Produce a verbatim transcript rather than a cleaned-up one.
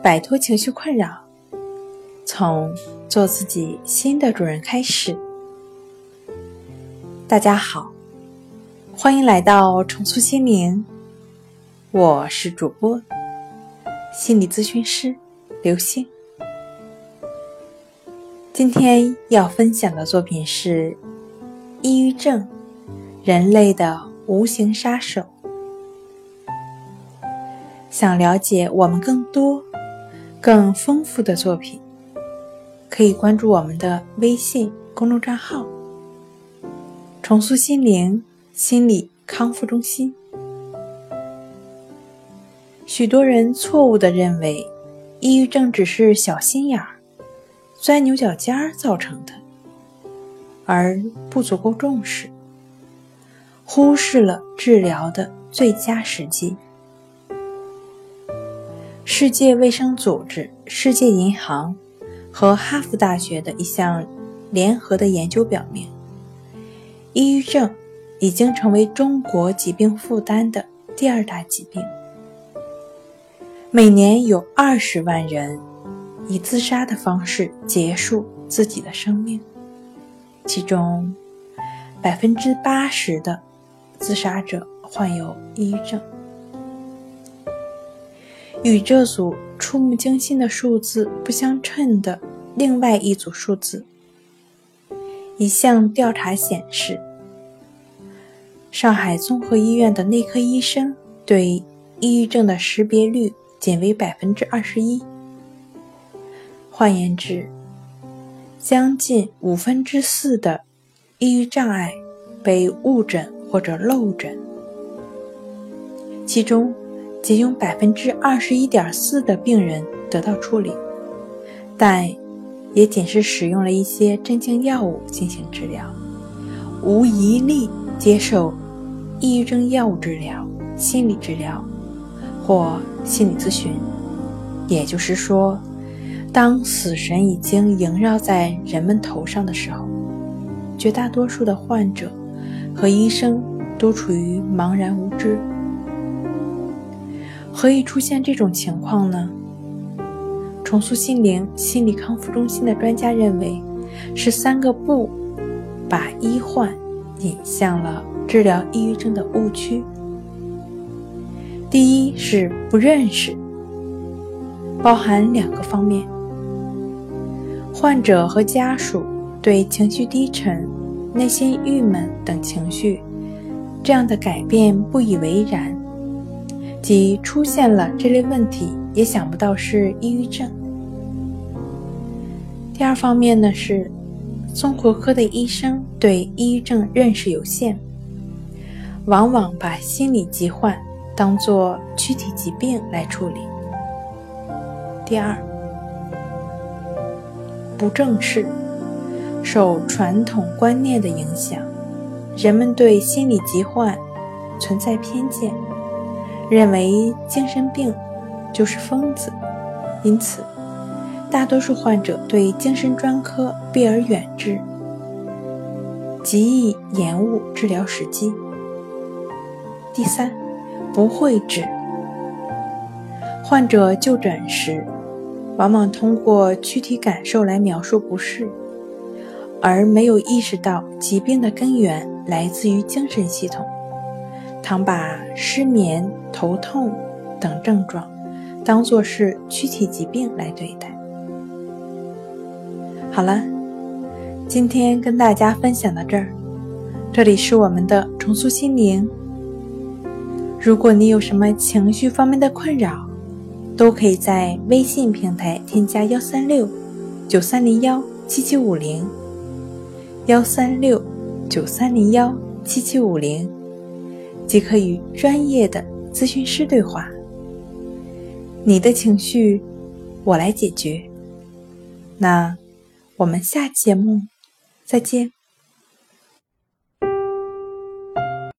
摆脱情绪困扰，从做自己新的主人开始。大家好，欢迎来到重塑心灵，我是主播心理咨询师刘星。今天要分享的作品是抑郁症，人类的无形杀手。想了解我们更多更丰富的作品，可以关注我们的微信公众账号重塑心灵心理康复中心。许多人错误地认为抑郁症只是小心眼儿、钻牛角尖儿造成的，而不足够重视，忽视了治疗的最佳时机。世界卫生组织、世界银行和哈佛大学的一项联合的研究表明，抑郁症已经成为中国疾病负担的第二大疾病。每年有二十万人以自杀的方式结束自己的生命，其中百分之八十的自杀者患有抑郁症。与这组触目惊心的数字不相称的另外一组数字，一项调查显示，上海综合医院的内科医生对抑郁症的识别率仅为 百分之二十一。 换言之，将近五分之四的抑郁障碍被误诊或者漏诊，其中仅有 百分之二十一点四 的病人得到处理，但也仅是使用了一些镇静药物进行治疗，无一例接受抑郁症药物治疗、心理治疗或心理咨询。也就是说，当死神已经萦绕在人们头上的时候，绝大多数的患者和医生都处于茫然无知。何以出现这种情况呢？重塑心灵心理康复中心的专家认为，是三个不把医患引向了治疗抑郁症的误区。第一是不认识，包含两个方面。患者和家属对情绪低沉、内心郁闷等情绪这样的改变不以为然，即出现了这类问题也想不到是抑郁症。第二方面呢，是综合科的医生对抑郁症认识有限，往往把心理疾患当作躯体疾病来处理。第二，不正视，受传统观念的影响，人们对心理疾患存在偏见，认为精神病就是疯子，因此大多数患者对精神专科避而远之，极易延误治疗时机。第三，不会治，患者就诊时往往通过躯体感受来描述不适，而没有意识到疾病的根源来自于精神系统，常把失眠、头痛等症状当作是躯体疾病来对待。好了，今天跟大家分享到这儿，这里是我们的重塑心灵。如果你有什么情绪方面的困扰，都可以在微信平台添加一三六九三零一七七五零 一三六九三零一七七五零，即可与专业的咨询师对话。你的情绪我来解决。那我们下期节目再见。